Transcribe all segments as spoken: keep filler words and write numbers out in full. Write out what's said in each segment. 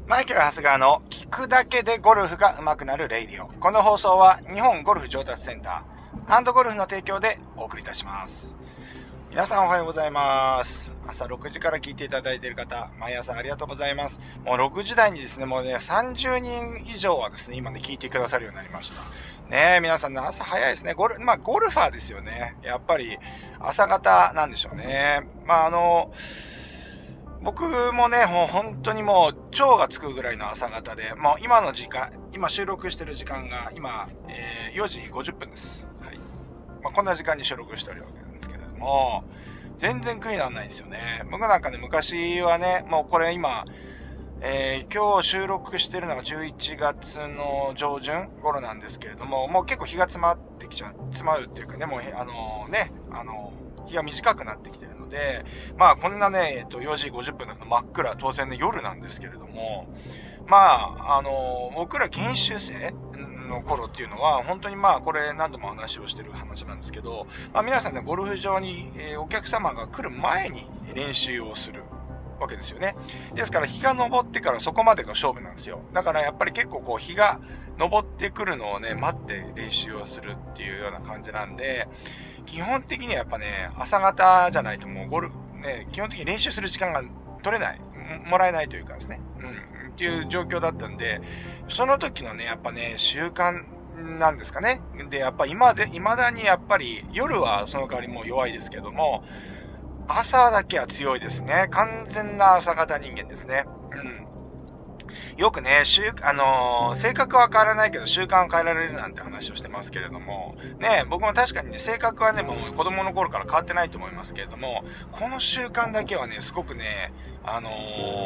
マイケル・ハスガーの聞くだけでゴルフが上手くなるレイディオ。この放送は日本ゴルフ上達センター&ゴルフの提供でお送りいたします。皆さんおはようございます。朝ろくじから聞いていただいている方、毎朝ありがとうございます。もうろくじ台にですね、もうね、さんじゅうにん以上はですね、今ね、聞いてくださるようになりました。ねえ、皆さんね、朝早いですね。ゴル、まあ、ゴルファーですよね。やっぱり、朝方なんでしょうね。まあ、あの、僕もね、もう本当にもう、超がつくぐらいの朝方で、もう今の時間、今収録してる時間が、今、えー、よじごじゅっぷんです。はい。まあ、こんな時間に収録しておるわけなんですけれども、全然苦にならないんですよね。僕なんかね、昔はね、もうこれ今、えー、今日収録してるのがじゅういちがつの上旬頃なんですけれども、もう結構日が詰まってきちゃう、詰まるっていうかね、もう、あのー、ね、あのー、日が短くなってきてるので、まあこんなね、えっと、よじごじゅっぷんだと真っ暗、当然ね、夜なんですけれども、まあ、あのー、僕ら研修生の頃っていうのは、本当にまあこれ何度も話をしてる話なんですけど、まあ皆さんね、ゴルフ場に、えー、お客様が来る前に練習をするわけですよね。ですから日が昇ってからそこまでが勝負なんですよ。だからやっぱり結構こう日が昇ってくるのをね、待って練習をするっていうような感じなんで、基本的にはやっぱね、朝方じゃないともうゴルフ、ね、基本的に練習する時間が取れない、もらえないというかですね、うん、っていう状況だったんで、その時のね、やっぱね、習慣なんですかね。で、やっぱ今で、未だにやっぱり夜はその代わりもう弱いですけども、朝だけは強いですね。完全な朝型人間ですね。うん。よくね、習、あのー、性格は変わらないけど習慣は変えられるなんて話をしてますけれども、ね、僕も確かにね、性格はね、もう子供の頃から変わってないと思いますけれども、この習慣だけはね、すごくね、あの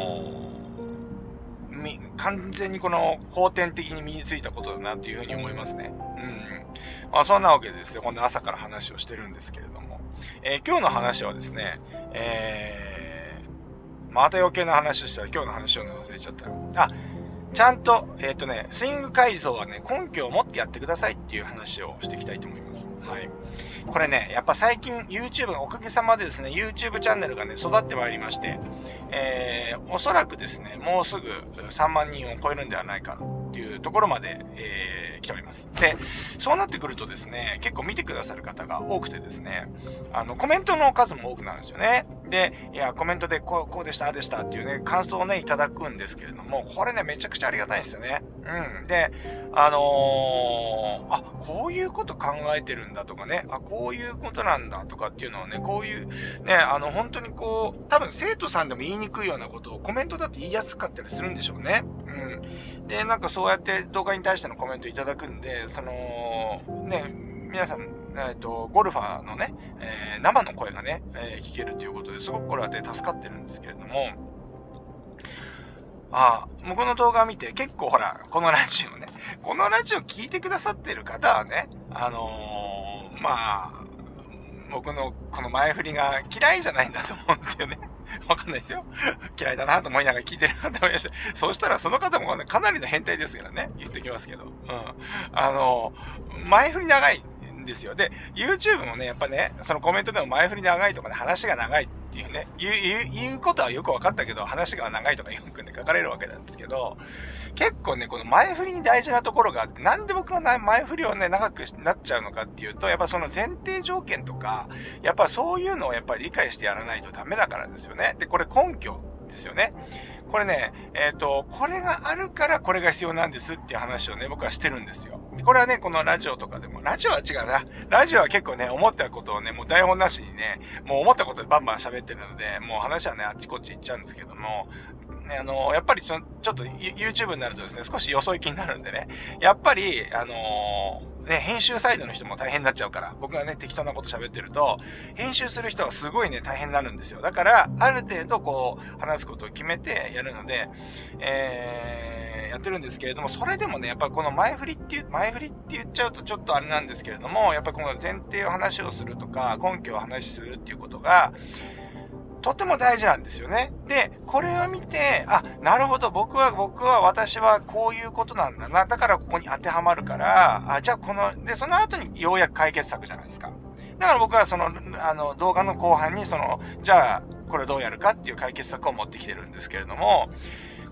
ー、み、完全にこの後天的に身についたことだなというふうに思いますね。うん。まあそんなわけでですね、こんな朝から話をしてるんですけれども、えー、今日の話はですね、えー、また余計な話したら今日の話を忘れちゃったよ。あ、ちゃんと、えっとね、スイング改造はね、根拠を持ってやってくださいっていう話をしていきたいと思います。はい。これね、やっぱ最近 YouTube がおかげさまでですね、YouTube チャンネルがね、育ってまいりまして、えー、おそらくですね、もうすぐさんまんにんを超えるんではないかっていうところまで、えー、来ております。で、そうなってくるとですね、結構見てくださる方が多くてですね、あの、コメントの数も多くなるんですよね。で、いや、コメントでこう、こうでした、ああでしたっていうね、感想をね、いただくんですけれども、これね、めちゃくちゃありがたいんですよね。うん。で、あのー、あ、こういうこと考えてるんだとかね、あ、こういうことなんだとかっていうのをね、こういう、ね、あの、本当にこう、多分生徒さんでも言いにくいようなことをコメントだと言いやすかったりするんでしょうね。うん。で、なんかそうやって動画に対してのコメントいただくんで、その、ね、皆さん、えっと、ゴルファーのね、えー、生の声がね、えー、聞けるということですごくこれはね、助かってるんですけれども、ああ、僕の動画を見て結構ほら、このラジオね、このラジオ聞いてくださってる方はね、あのー、まあ、僕のこの前振りが嫌いじゃないんだと思うんですよね。わかんないですよ。嫌いだなと思いながら聞いてる方もいました。そうしたらその方もね、かなりの変態ですからね。言ってきますけど。うん。あのー、前振り長いんですよ。で、YouTube もね、やっぱね、そのコメントでも前振り長いとかね、話が長いっていうね、言う、言う、言うことはよくわかったけど、話が長いとかよくね、書かれるわけなんですけど、結構ね、この前振りに大事なところがあって、なんで僕が前振りをね、長くなっちゃうのかっていうと、やっぱその前提条件とか、やっぱそういうのをやっぱり理解してやらないとダメだからですよね。で、これ根拠ですよね。これね、えっと、これがあるからこれが必要なんですっていう話をね、僕はしてるんですよ。これはね、このラジオとかでも、ラジオは違うな。ラジオは結構ね、思ったことをね、もう台本なしにね、もう思ったことでバンバン喋ってるので、もう話はね、あっちこっち行っちゃうんですけども、ね、あの、やっぱりちょ、ちょっと YouTube になるとですね、少しよそ行きになるんでね、やっぱり、あのー、ね、編集サイドの人も大変になっちゃうから、僕がね、適当なこと喋ってると、編集する人がすごいね、大変になるんですよ。だから、ある程度こう、話すことを決めてやるので、えー、やってるんですけれども、それでもね、やっぱこの前振りっていう、前振りって言っちゃうとちょっとあれなんですけれども、やっぱこの前提を話をするとか、根拠を話するっていうことが、とても大事なんですよね。で、これを見て、あ、なるほど、僕は、僕は、私はこういうことなんだな。だからここに当てはまるから、あ、じゃあこの、で、その後にようやく解決策じゃないですか。だから僕はその、あの、動画の後半に、その、じゃあ、これどうやるかっていう解決策を持ってきてるんですけれども、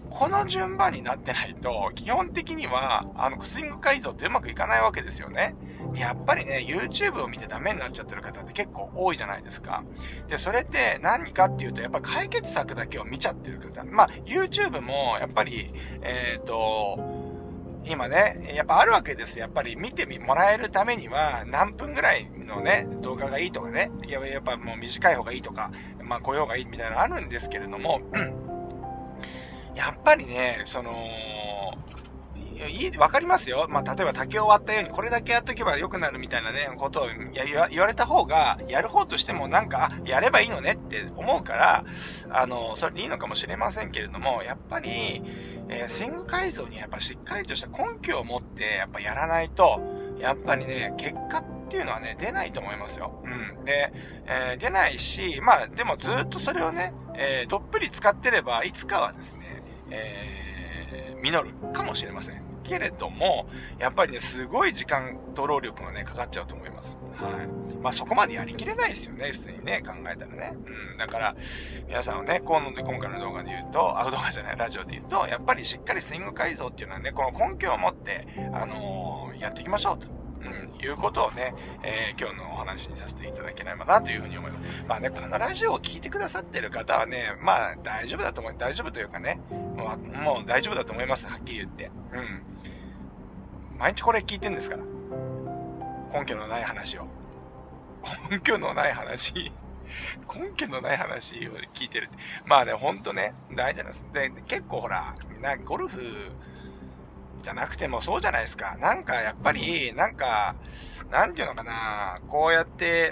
この順番になってないと、基本的には、あの、スイング改造ってうまくいかないわけですよね。で、やっぱりね、YouTube を見てダメになっちゃってる方って結構多いじゃないですか。で、それって何かっていうと、やっぱ解決策だけを見ちゃってる方。まあ、YouTube も、やっぱり、えっと、今ね、やっぱあるわけです。やっぱり見てもらえるためには、何分ぐらいのね、動画がいいとかね、やっぱもう短い方がいいとか、まあ、来ようがいいみたいなのあるんですけれども、やっぱりね、その、いい、わかりますよ。まあ、例えば竹を割ったようにこれだけやっとけば良くなるみたいなね、ことをや言われた方が、やる方としてもなんか、あ、やればいいのねって思うから、あの、それでいいのかもしれませんけれども、やっぱり、えー、スイング改造にやっぱしっかりとした根拠を持って、やっぱやらないと、やっぱりね、結果っていうのはね、出ないと思いますよ。うん。で、えー、出ないし、まあ、でもずっとそれをね、えー、どっぷり使ってれば、いつかはですね、えー、実るかもしれません。けれども、やっぱりね、すごい時間と労力がね、かかっちゃうと思います。はい。まあそこまでやりきれないですよね、普通にね、考えたらね。うん。だから、皆さんはね、今度今回の動画で言うと、あ、動画じゃない、ラジオで言うと、やっぱりしっかりスイング改造っていうのはね、この根拠を持って、あのー、やっていきましょうと。うん、いうことをね、えー、今日のお話にさせていただければなというふうに思います。まあね、このラジオを聞いてくださってる方はね、まあ大丈夫だと思う、大丈夫というかね、もう、もう大丈夫だと思います、はっきり言って。うん。毎日これ聞いてんですから。根拠のない話を。根拠のない話根拠のない話を聞いてるって。まあね、ほんとね、大事なんです。で、結構ほら、なゴルフじゃなくてもそうじゃないですか。なんかやっぱり、なんか、なんていうのかな、こうやって、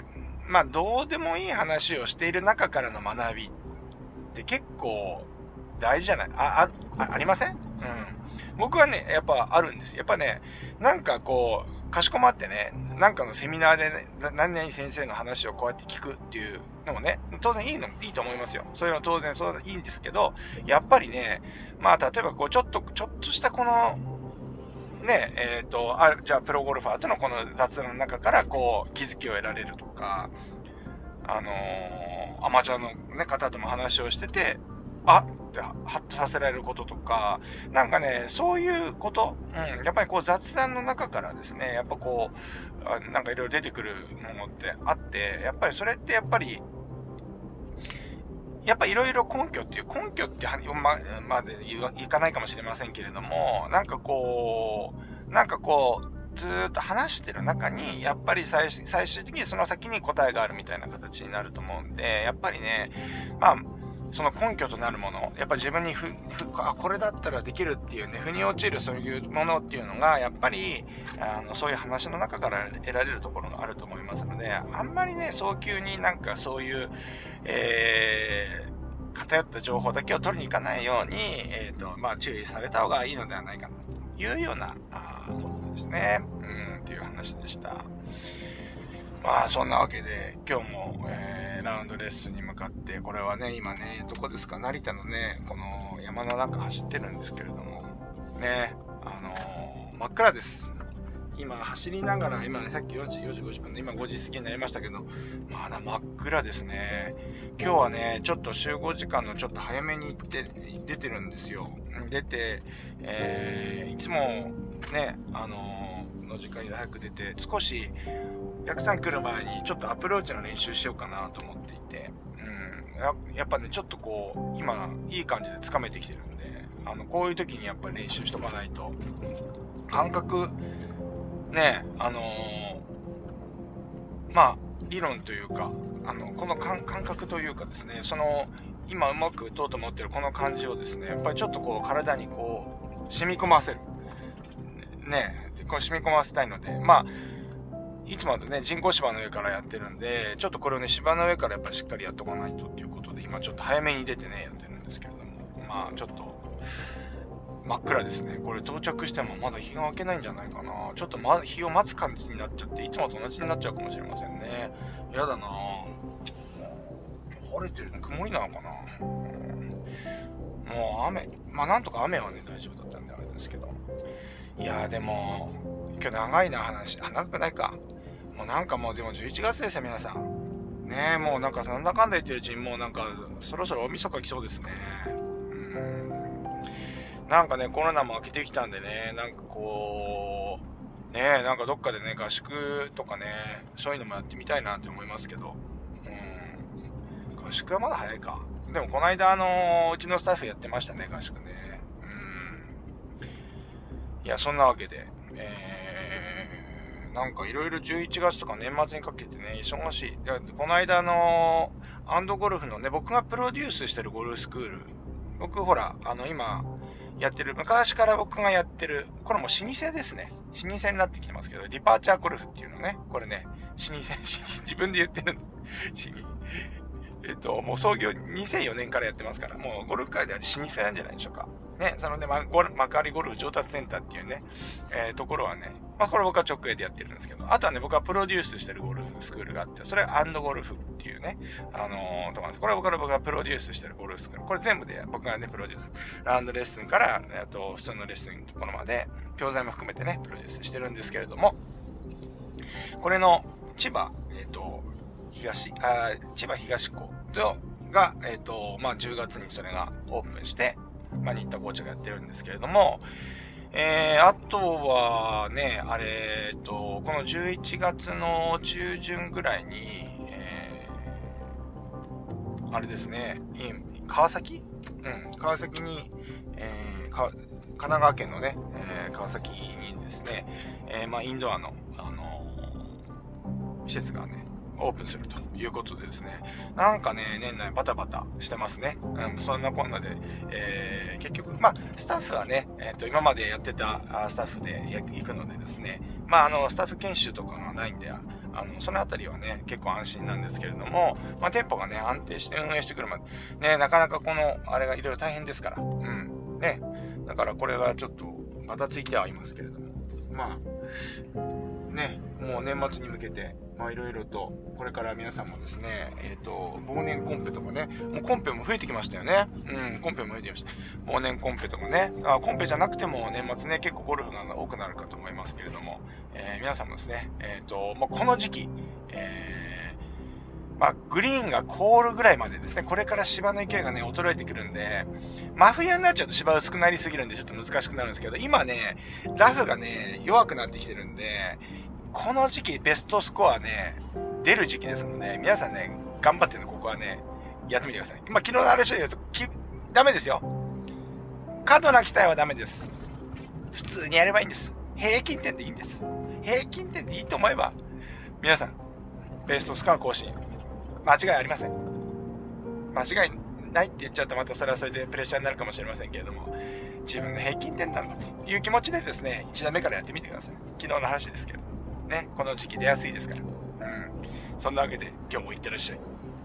まあどうでもいい話をしている中からの学びって結構大事じゃない？あ、あ、ありません？うん。僕はね、やっぱあるんです。やっぱね、なんかこう、かしこまってね、なんかのセミナーでね、何々先生の話をこうやって聞くっていうのもね、当然いいの、いいと思いますよ。それは当然そういいんですけど、やっぱりね、まあ例えばこう、ちょっと、ちょっとしたこの、ね、えっと、あ、じゃあプロゴルファーとのこの雑談の中からこう、気づきを得られるとか、あのー、アマチュアの、ね、方とも話をしてて、あってハッとさせられることとか、なんかね、そういうこと、うん、やっぱりこう雑談の中からですね、やっぱこう、あなんかいろいろ出てくるものってあって、やっぱりそれってやっぱり、やっぱいろいろ根拠っていう、根拠ってま、までいかないかもしれませんけれども、なんかこう、なんかこう、ずーっと話してる中に、やっぱり最最終的にその先に答えがあるみたいな形になると思うんで、やっぱりね、まあ、その根拠となるもの、やっぱ自分にふ、ふ、あ、これだったらできるっていうね、腑に落ちるそういうものっていうのが、やっぱり、あの、そういう話の中から得られるところがあると思いますので、あんまりね、早急になんかそういう、えー、偏った情報だけを取りに行かないように、えっと、まあ、注意された方がいいのではないかな、というような、あことですね。うん、っていう話でした。まあそんなわけで今日も、えー、ラウンドレッスンに向かって、これはね今ねどこですか、成田のねこの山の中走ってるんですけれどもね、あのー、真っ暗です。今走りながら、今ねさっきよじごじゅっぷんで今ごじ過ぎになりましたけど、まだ真っ暗ですね。今日はねちょっと集合時間のちょっと早めに行って出てるんですよ。出て、えー、いつもねあのー、の時間より早く出て、少しお客さん来る前にちょっとアプローチの練習しようかなと思っていて、うん、や, やっぱねちょっとこう今いい感じでつかめてきてるんで、あのこういう時にやっぱり練習しとかないと感覚ね、あのー、まあ理論というか、あのこの感覚というかですね、その今うまく打とうと思ってるこの感じをですね、やっぱりちょっとこう体にこう染み込ませるね、こう染み込ませたいので、まあいつもだとね、人工芝の上からやってるんで、ちょっとこれをね、芝の上からやっぱりしっかりやっとかないとっていうことで、今ちょっと早めに出てね、やってるんですけれども、まあちょっと、真っ暗ですね。これ到着してもまだ日が明けないんじゃないかな。ちょっとま、日を待つ感じになっちゃって、いつもと同じになっちゃうかもしれませんね。やだなぁ。晴れてるね、曇りなのかな。もう雨、まあなんとか雨はね、大丈夫だったんであれですけど。いやーでも、今日長いな話、あ、長くないか。もうなんかもうでもじゅういちがつですよ皆さんねえ、もうなんかなんだかんだ言ってるうちにもうなんかそろそろ大晦日来そうですね。うーんなんかね、コロナも明けてきたんでね、なんかこう、ね、なんかどっかでね、合宿とかね、そういうのもやってみたいなって思いますけど、うん、合宿はまだ早いか。でもこの間あの、うちのスタッフやってましたね、合宿ね。うん。いや、そんなわけで、えー、なんかいろいろじゅういちがつとか年末にかけてね、忙しい。この間あの、アンドゴルフのね、僕がプロデュースしてるゴルフスクール、僕ほら、あの今、やってる、昔から僕がやってる、これも老舗ですね。老舗になってきてますけど、ディパーチャーゴルフっていうのね、これね、老舗、自分で言ってる、えっと、もう創業にせんよねんからやってますから、もうゴルフ界では老舗なんじゃないでしょうか。ね、そのね、ま、ゴル幕張ゴルフ上達センターっていうね、えー、ところはね、まあ、これ僕は直営でやってるんですけど、あとはね、僕はプロデュースしてるゴルフスクールがあって、それはアンドゴルフっていうね、あのー、とか、これは僕は僕がプロデュースしてるゴルフスクール。これ全部で僕がね、プロデュース。ラウンドレッスンから、えっと、普通のレッスンのところまで、教材も含めてね、プロデュースしてるんですけれども、これの千葉、えっと、東、あ千葉東港が、えっと、まあ、じゅうがつにそれがオープンして、まあ、新田コーチがやってるんですけれども、えー、あとはね、あれ、えっと、このじゅういちがつの中旬ぐらいに、えー、あれですね、川崎うん、川崎に、えー、か神奈川県のね、えー、川崎にですね、えー、まあ、インドアの、あのー、施設がね、オープンするということでですね、なんかね、年内バタバタしてますね。うん、そんなこんなで、えー、結局、まあ、スタッフはね、えっと、今までやってたスタッフで行くのでですね、まあ、あの、スタッフ研修とかがないんで、あの、そのあたりはね、結構安心なんですけれども、まあ、店舗がね、安定して運営してくるまで、ね、なかなかこの、あれがいろいろ大変ですから、うん、ね、だからこれがちょっと、バタついてはいますけれども、まあ、ね、もう年末に向けて、まあいろいろと、これから皆さんもですね、えっと、忘年コンペとかね、もうコンペも増えてきましたよね。うん、コンペも増えてきました。忘年コンペとかね、あコンペじゃなくても年末ね、結構ゴルフが多くなるかと思いますけれども、えー、皆さんもですね、えっと、まあこの時期、えー、まあグリーンが凍るぐらいまでですね、これから芝の勢いがね、衰えてくるんで、真冬になっちゃうと芝薄くなりすぎるんでちょっと難しくなるんですけど、今ね、ラフがね、弱くなってきてるんで、この時期ベストスコアね、出る時期ですので、皆さんね、頑張ってね、ここはね、やってみてください。まあ、昨日のあれして言うと、き、ダメですよ。過度な期待はダメです。普通にやればいいんです。平均点でいいんです。平均点でいいと思えば、皆さん、ベストスコア更新、間違いありません。間違いないって言っちゃうとまたそれはそれでプレッシャーになるかもしれませんけれども、自分の平均点なんだという気持ちでですね、一打目からやってみてください。昨日の話ですけど。ね、この時期出やすいですから。うん。そんなわけで、今日もいってらっしゃい。